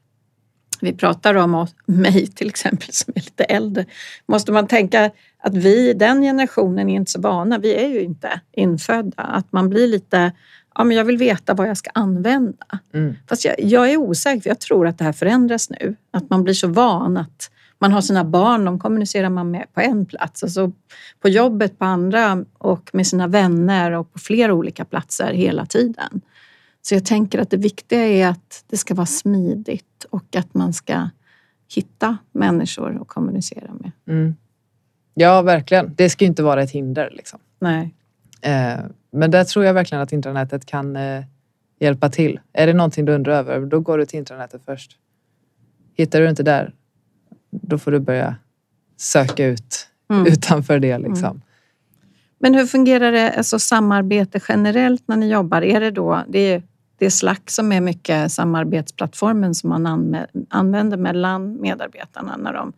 vi pratar om mig till exempel som är lite äldre. Måste man tänka att vi, den generationen, är inte så vana. Vi är ju inte infödda. Att man blir lite, ja men jag vill veta vad jag ska använda. Mm. Fast jag, jag är osäker, för jag tror att det här förändras nu. Att man blir så van att man har sina barn, de kommunicerar man med på en plats. Alltså på jobbet på andra och med sina vänner och på flera olika platser hela tiden. Så jag tänker att det viktiga är att det ska vara smidigt och att man ska hitta människor att kommunicera med. Mm. Ja, verkligen. Det ska ju inte vara ett hinder liksom. Nej. Eh, men där tror jag verkligen att intranätet kan eh, hjälpa till. Är det någonting du undrar över, då går du till intranätet först. Hittar du inte där, då får du börja söka ut mm. utanför det liksom. Mm. Men hur fungerar det, alltså samarbete generellt när ni jobbar? Är det då, det är, det är Slack som är mycket samarbetsplattformen som man använder mellan medarbetarna när de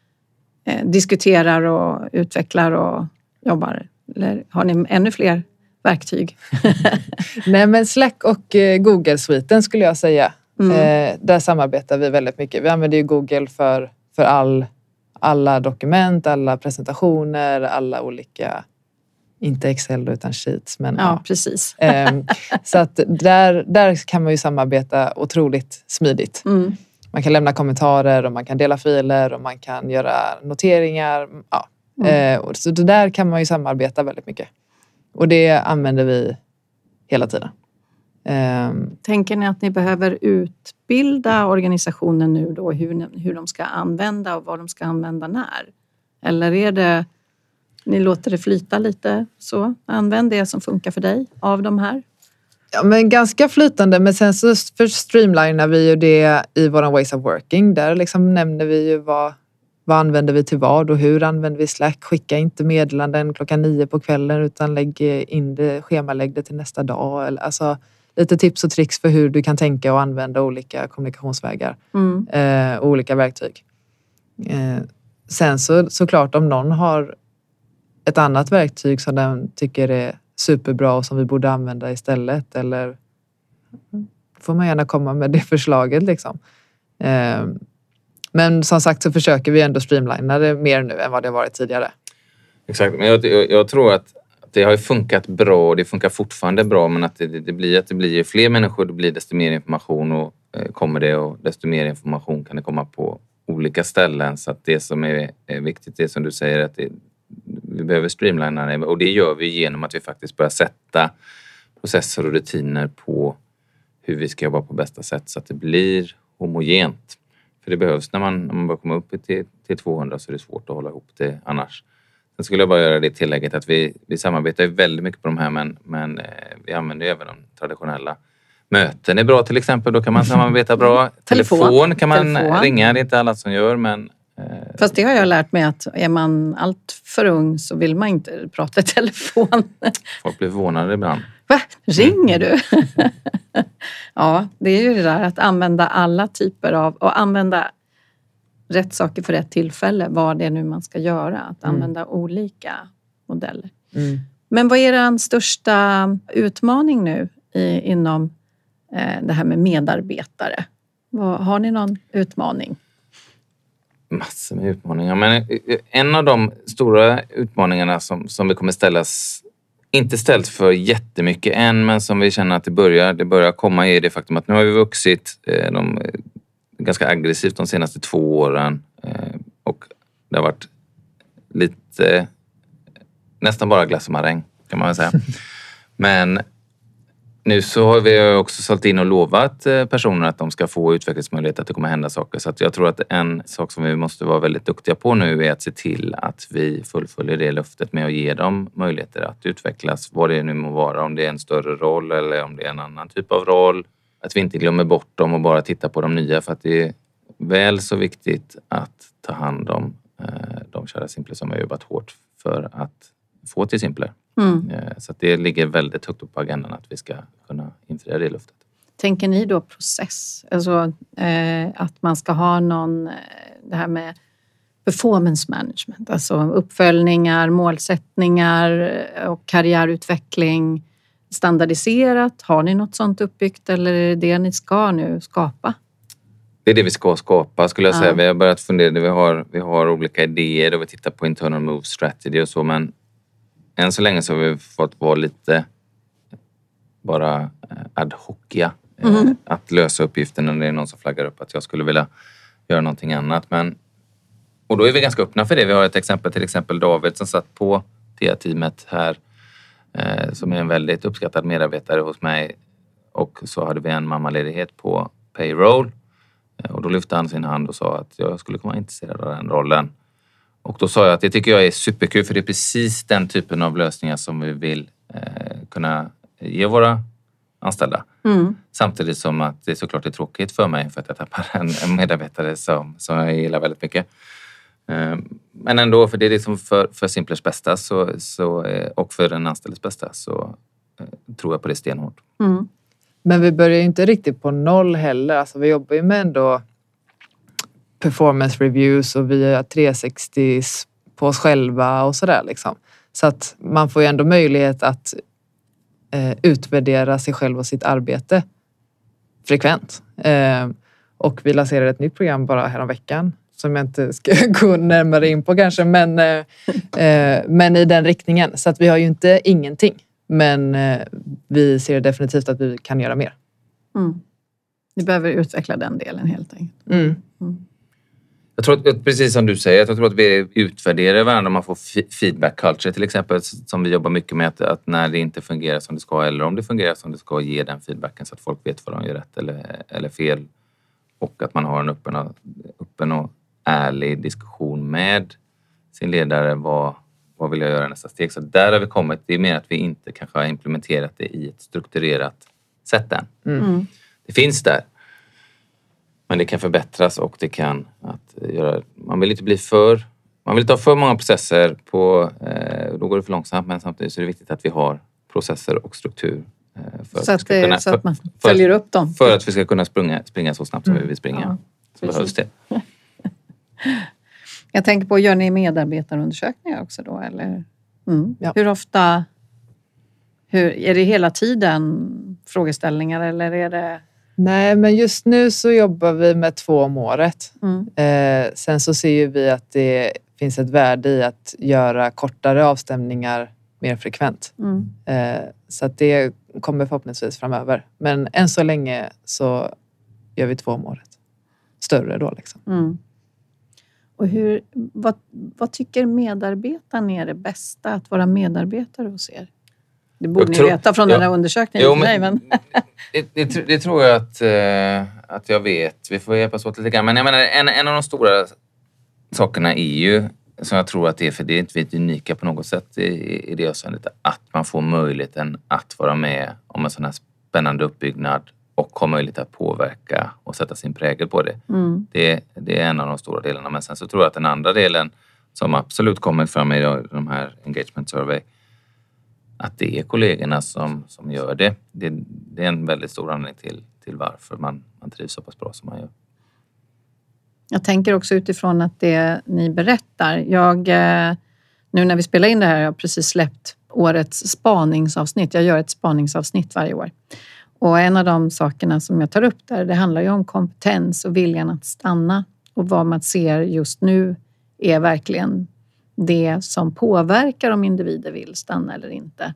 eh, diskuterar och utvecklar och jobbar? Eller har ni ännu fler verktyg? Nej, men Slack och eh, Google-sviten skulle jag säga. Mm. Eh, där samarbetar vi väldigt mycket. Vi använder ju Google för, för all, alla dokument, alla presentationer, alla olika, inte Excel utan Sheets. Men, ja, ja. precis. eh, så att där, där kan man ju samarbeta otroligt smidigt. Mm. Man kan lämna kommentarer och man kan dela filer och man kan göra noteringar. Ja. Mm. Eh, så där kan man ju samarbeta väldigt mycket. Och det använder vi hela tiden. Um, Tänker ni att ni behöver utbilda organisationen nu då hur, hur de ska använda och vad de ska använda när? Eller är det, ni låter det flyta lite så? Använd det som funkar för dig av de här? Ja, men ganska flytande, men sen så för streamlinar vi ju det i våran ways of working. Där liksom nämner vi ju vad, vad använder vi till vad och hur använder vi Slack. Skicka inte meddelanden klockan nio på kvällen utan lägg in det, schemalägg det till nästa dag. Eller, alltså lite tips och tricks för hur du kan tänka och använda olika kommunikationsvägar mm. eh, och olika verktyg. Eh, sen så såklart om någon har ett annat verktyg som den tycker är superbra och som vi borde använda istället, eller får man gärna komma med det förslaget liksom. Eh, men som sagt så försöker vi ändå streamlina det mer nu än vad det har varit tidigare. Exakt, men jag, jag, jag tror att det har ju funkat bra och det funkar fortfarande bra, men att det, det blir att det blir fler människor, det blir desto mer information och eh, kommer det och desto mer information kan det komma på olika ställen. Så att det som är, är viktigt, det som du säger, att det, vi behöver streamlina det, och det gör vi genom att vi faktiskt börjar sätta processer och rutiner på hur vi ska jobba på bästa sätt så att det blir homogent. För det behövs när man, när man börjar komma upp till, till tvåhundra, så är det svårt att hålla ihop det annars. Sen skulle jag bara göra det tillägget att vi, vi samarbetar ju väldigt mycket på de här, men, men eh, vi använder ju även de traditionella. Möten är bra till exempel, då kan man samarbeta bra. Telefon, Telefon kan man Telefon. ringa, det är inte alla som gör, men... Eh, Fast det har jag lärt mig att är man allt för ung så vill man inte prata i telefon. Folk blir förvånade ibland. Va? Ringer du? Ja, det är ju det där att använda alla typer av, och använda rätt saker för rätt tillfälle, vad det är nu man ska göra. Att mm. använda olika modeller. Mm. Men vad är den största utmaning nu i, inom eh, det här med medarbetare? Vad, har ni någon utmaning? Massor med utmaningar. Men en av de stora utmaningarna som, som vi kommer ställas, inte ställt för jättemycket än, men som vi känner att det börjar, det börjar komma är det faktum att nu har vi vuxit eh, de, ganska aggressivt de senaste två åren. Eh, och det har varit lite, eh, nästan bara glass och maräng kan man väl säga. Men nu så har vi också sålt in och lovat personer att de ska få utvecklingsmöjligheter, att det kommer hända saker. Så att jag tror att en sak som vi måste vara väldigt duktiga på nu är att se till att vi fullföljer det löftet med att ge dem möjligheter att utvecklas. Vad det nu må vara, om det är en större roll eller om det är en annan typ av roll. Att vi inte glömmer bort dem och bara tittar på de nya, för att det är väl så viktigt att ta hand om de kära Simpler som har jobbat hårt för att få till Simpler. Mm. Så att det ligger väldigt högt upp på agendan att vi ska kunna infria det luftet. Tänker ni då process? Alltså eh, att man ska ha någon, det här med performance management, alltså uppföljningar, målsättningar och karriärutveckling standardiserat. Har ni något sånt uppbyggt eller är det det ni ska nu skapa? Det är det vi ska skapa skulle jag säga. Ja. Vi har börjat fundera, vi har, vi har olika idéer och vi tittar på internal move strategy och så, men än så länge så har vi fått vara lite bara ad hocia. Mm. Att lösa uppgiften när det är någon som flaggar upp att jag skulle vilja göra någonting annat. Men, och då är vi ganska öppna för det. Vi har ett exempel, till exempel David som satt på T A-teamet här eh, som är en väldigt uppskattad medarbetare hos mig. Och så hade vi en mammaledighet på payroll. Eh, och då lyfte han sin hand och sa att jag skulle komma intresserad av den rollen. Och då sa jag att det tycker jag är superkul för det är precis den typen av lösningar som vi vill eh, kunna ge våra anställda. Mm. Samtidigt som att det såklart är tråkigt för mig för att jag tappar en, en medarbetare som, som jag gillar väldigt mycket. Eh, men ändå, för det är liksom för, för Simplers bästa så, så, eh, och för den anställdes bästa så eh, tror jag på det stenhårt. Mm. Men vi börjar ju inte riktigt på noll heller. Alltså, vi jobbar ju med ändå performance reviews och vi har tre sextio på oss själva och sådär liksom. Så att man får ju ändå möjlighet att eh, utvärdera sig själv och sitt arbete frekvent. Eh, och vi lanserade ett nytt program bara här om veckan som jag inte ska gå närmare in på kanske, men, eh, eh, men i den riktningen. Så att vi har ju inte ingenting, men eh, vi ser definitivt att vi kan göra mer. Mm. Vi behöver utveckla den delen helt enkelt. Mm. Mm. Jag tror att, precis som du säger, jag tror att vi utvärderar varandra. Man får feedback culture till exempel som vi jobbar mycket med. Att, att när det inte fungerar som det ska eller om det fungerar som det ska, ge den feedbacken så att folk vet vad de gör rätt eller, eller fel. Och att man har en öppen och, öppen och ärlig diskussion med sin ledare. Vad, vad vill jag göra nästa steg? Så där har vi kommit. Det är mer att vi inte kanske har implementerat det i ett strukturerat sätt än. Mm. Mm. Det finns där. Men det kan förbättras och det kan att göra... Man vill inte bli för... Man vill inte ha för många processer på... Eh, då går det för långsamt, men samtidigt så är det viktigt att vi har processer och struktur. Eh, för så, att, att det, kunna, så att man för, följer upp dem. För att vi ska kunna springa, springa så snabbt som mm. vi vill springa. Ja, så behövs det. Jag tänker på, gör ni medarbetarundersökningar också då? Eller? Mm. Ja. Hur ofta... Hur, är det hela tiden frågeställningar eller är det... Nej, men just nu så jobbar vi med två om året. Mm. Eh, sen så ser ju vi att det finns ett värde i att göra kortare avstämningar mer frekvent. Mm. Eh, så att det kommer förhoppningsvis framöver. Men än så länge så gör vi två om året. Större då liksom. Mm. Och hur, vad, vad tycker medarbetaren är det bästa att vara medarbetare hos er? Det borde ni tror, veta från ja, den här undersökningen. Jo, men, men... det, det, det tror jag att, eh, att jag vet. Vi får hjälpas åt lite grann. Men jag menar, en, en av de stora sakerna är ju, som jag tror att det är, för det är inte vi unika på något sätt i, i det avseendet, att man får möjligheten att vara med om en sån här spännande uppbyggnad och ha möjlighet att påverka och sätta sin prägel på det. Mm. det. Det är en av de stora delarna. Men sen så tror jag att den andra delen som absolut kommer fram i de här engagement survey, att det är kollegorna som, som gör det. det. Det är en väldigt stor anledning till, till varför man, man trivs så pass bra som man gör. Jag tänker också utifrån att det ni berättar. Jag, nu när vi spelar in det här har jag precis släppt årets spaningsavsnitt. Jag gör ett spaningsavsnitt varje år. Och en av de sakerna som jag tar upp där, det handlar ju om kompetens och viljan att stanna. Och vad man ser just nu är verkligen det som påverkar om individer vill stanna eller inte.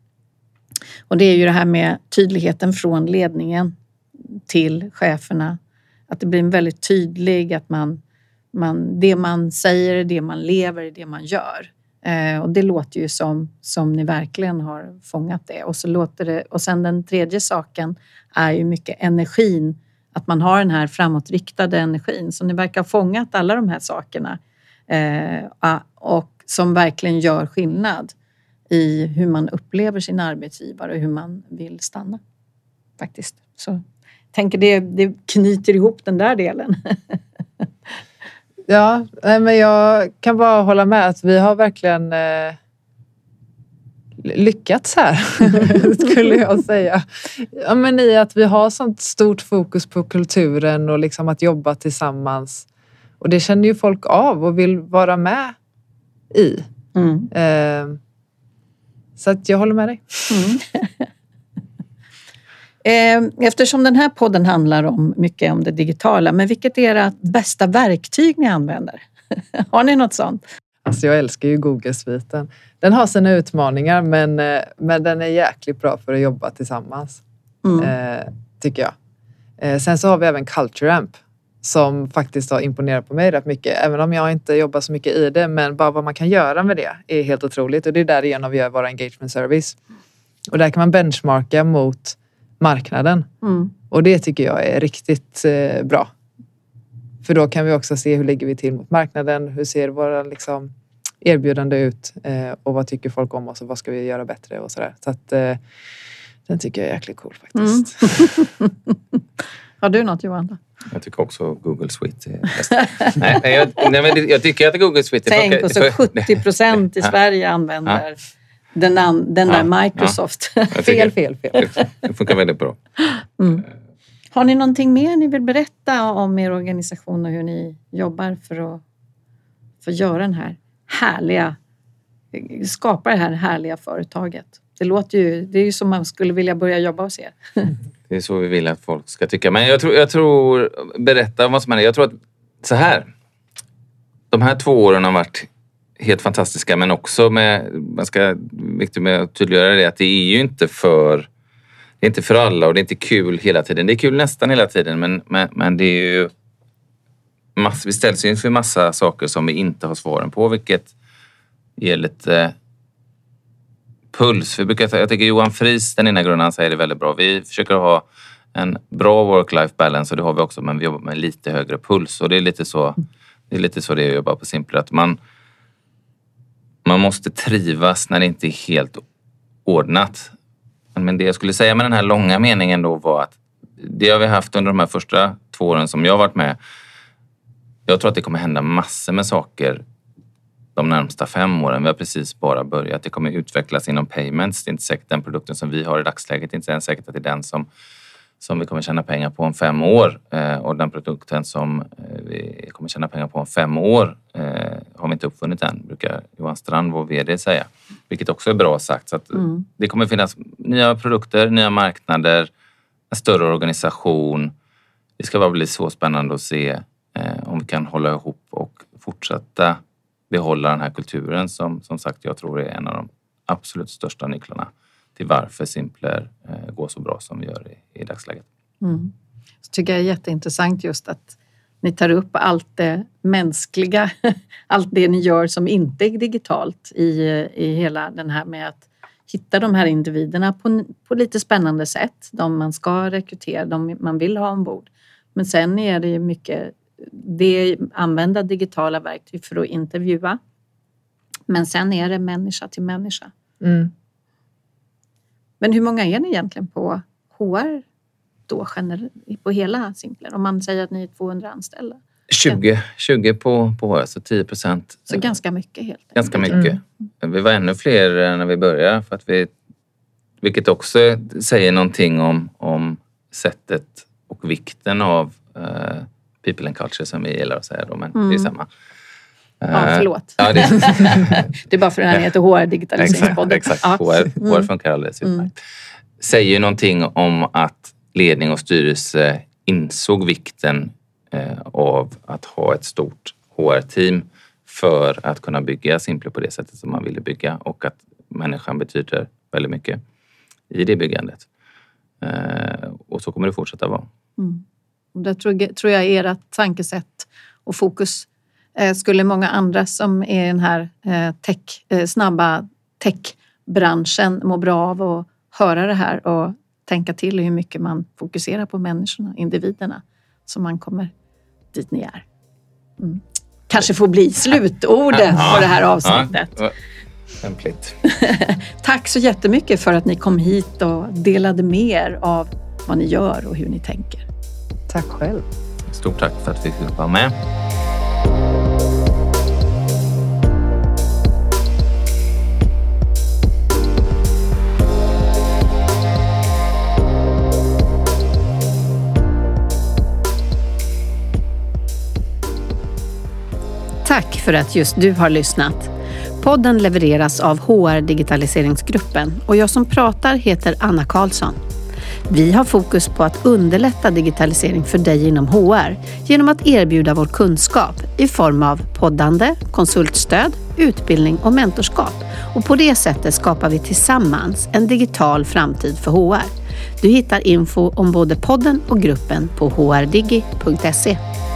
Och det är ju det här med tydligheten från ledningen till cheferna. Att det blir väldigt tydligt att man, man, det man säger, det man lever, det man gör. Eh, och det låter ju som, som ni verkligen har fångat det. Och, så låter det. Och sen den tredje saken är ju mycket energin. Att man har den här framåtriktade energin. Så ni verkar ha fångat alla de här sakerna. Eh, och som verkligen gör skillnad i hur man upplever sin arbetsgivare och hur man vill stanna. Faktiskt. Så jag tänker det, det knyter ihop den där delen. Ja, men jag kan bara hålla med att vi har verkligen eh, lyckats här, skulle jag säga. Ja, men i att vi har sånt stort fokus på kulturen och liksom att jobba tillsammans. Och det känner ju folk av och vill vara med i. Mm. Eh, så att jag håller med dig. Mm. Eftersom den här podden handlar om mycket om det digitala, men vilket är ert bästa verktyg ni använder? Har ni något sånt? Alltså jag älskar ju Google-sviten. Den har sina utmaningar, men, men den är jäkligt bra för att jobba tillsammans. Mm. Eh, tycker jag. Eh, sen så har vi även CultureAmp som faktiskt har imponerat på mig rätt mycket. Även om jag inte jobbar så mycket i det, men bara vad man kan göra med det är helt otroligt. Och det är därigenom vi gör våra engagement service. Och där kan man benchmarka mot marknaden. Mm. Och det tycker jag är riktigt eh, bra. För då kan vi också se hur ligger vi till mot marknaden. Hur ser våra liksom, erbjudande ut. Eh, och vad tycker folk om oss och vad ska vi göra bättre och sådär. Så att eh, den tycker jag är jäkligt cool faktiskt. Mm. Har du något, Johan? Jag tycker också Google Suite är bäst. nej, jag, nej, men jag tycker att Google Suite är... Tänk, och så sjuttio procent i Sverige använder... Ja. Den, an, den ja, där Microsoft. Ja. fel, fel, fel. Det funkar väldigt bra. Mm. Har ni någonting mer ni vill berätta om er organisation och hur ni jobbar för att, för att göra den här härliga, skapa det här härliga företaget? Det låter ju, det är ju som man skulle vilja börja jobba hos er. Det är så vi vill att folk ska tycka. Men jag tror, jag tror berätta vad som händer. Jag tror att så här, de här två åren har varit helt fantastiska, men också med, man ska viktigt med att tydliggöra det, att det är ju inte för det är inte för alla och det är inte kul hela tiden. Det är kul nästan hela tiden, men, men, men det är ju mass, vi ställs inför massa saker som vi inte har svaren på, vilket ger lite puls. Vi brukar, jag tycker Johan Fries, den ena grundaren, säger det väldigt bra. Vi försöker ha en bra work-life balance, och det har vi också, men vi jobbar med lite högre puls, och det är lite så det är lite så det är att jobba på Simple, att man Man måste trivas när det inte är helt ordnat. Men det jag skulle säga med den här långa meningen då var att det har vi haft under de här första två åren som jag har varit med. Jag tror att det kommer hända massor med saker de närmsta fem åren. Vi har precis bara börjat. Det kommer utvecklas inom payments. Det är inte säkert den produkten som vi har i dagsläget. Det är inte ens säkert att det är den som, som vi kommer tjäna pengar på om fem år. Eh, och den produkten som eh, vi kommer tjäna pengar på om fem år eh, har vi inte uppfunnit än, brukar Johan Strand, vår vd, säga. Vilket också är bra sagt. Så att mm. det kommer finnas nya produkter, nya marknader, en större organisation. Det ska bara bli så spännande att se eh, om vi kan hålla ihop och fortsätta behålla den här kulturen som, som sagt, jag tror är en av de absolut största nycklarna till varför Simpler eh, går så bra som vi gör i, i dagsläget. Mm. Så tycker jag är jätteintressant just att ni tar upp allt det mänskliga, allt det ni gör som inte är digitalt i, i hela den här med att hitta de här individerna på, på lite spännande sätt. De man ska rekrytera, de man vill ha ombord. Men sen är det ju mycket, det använda digitala verktyg för att intervjua. Men sen är det människa till människa. Mm. Men hur många är ni egentligen på H R då, på hela Simpler? Om man säger att ni är tvåhundra anställda. tjugo, tjugo på, på H R, så tio procent. Så ganska mycket helt enkelt. Ganska mycket. Mm. Vi var ännu fler när vi började. För att vi, vilket också säger någonting om, om sättet och vikten av uh, people and culture, som vi gillar att säga då, men mm. det är samma. Ja, förlåt. Ja, det... det är bara för att den heter H R-digitaliseringspodden. Exakt, exakt. Ja. H R, H R funkar alldeles utmärkt. Mm. Säger någonting om att ledning och styrelse insåg vikten eh, av att ha ett stort H R-team för att kunna bygga Simple på det sättet som man ville bygga, och att människan betyder väldigt mycket i det byggandet. Eh, och så kommer det fortsätta vara. Mm. Och där tror, tror jag era tankesätt och fokus skulle många andra som är i den här tech, snabba techbranschen må bra av att höra det här och tänka till hur mycket man fokuserar på människorna, individerna, så man kommer dit ni är. Mm. Kanske får bli slutordet på det här avsnittet. Ja, lämpligt. Tack så jättemycket för att ni kom hit och delade med er av vad ni gör och hur ni tänker. Tack själv. Stort tack för att vi fick vara med. Tack för att just du har lyssnat. Podden levereras av H R-digitaliseringsgruppen och jag som pratar heter Anna Karlsson. Vi har fokus på att underlätta digitalisering för dig inom H R genom att erbjuda vår kunskap i form av poddande, konsultstöd, utbildning och mentorskap. Och på det sättet skapar vi tillsammans en digital framtid för H R. Du hittar info om både podden och gruppen på h r digi punkt se.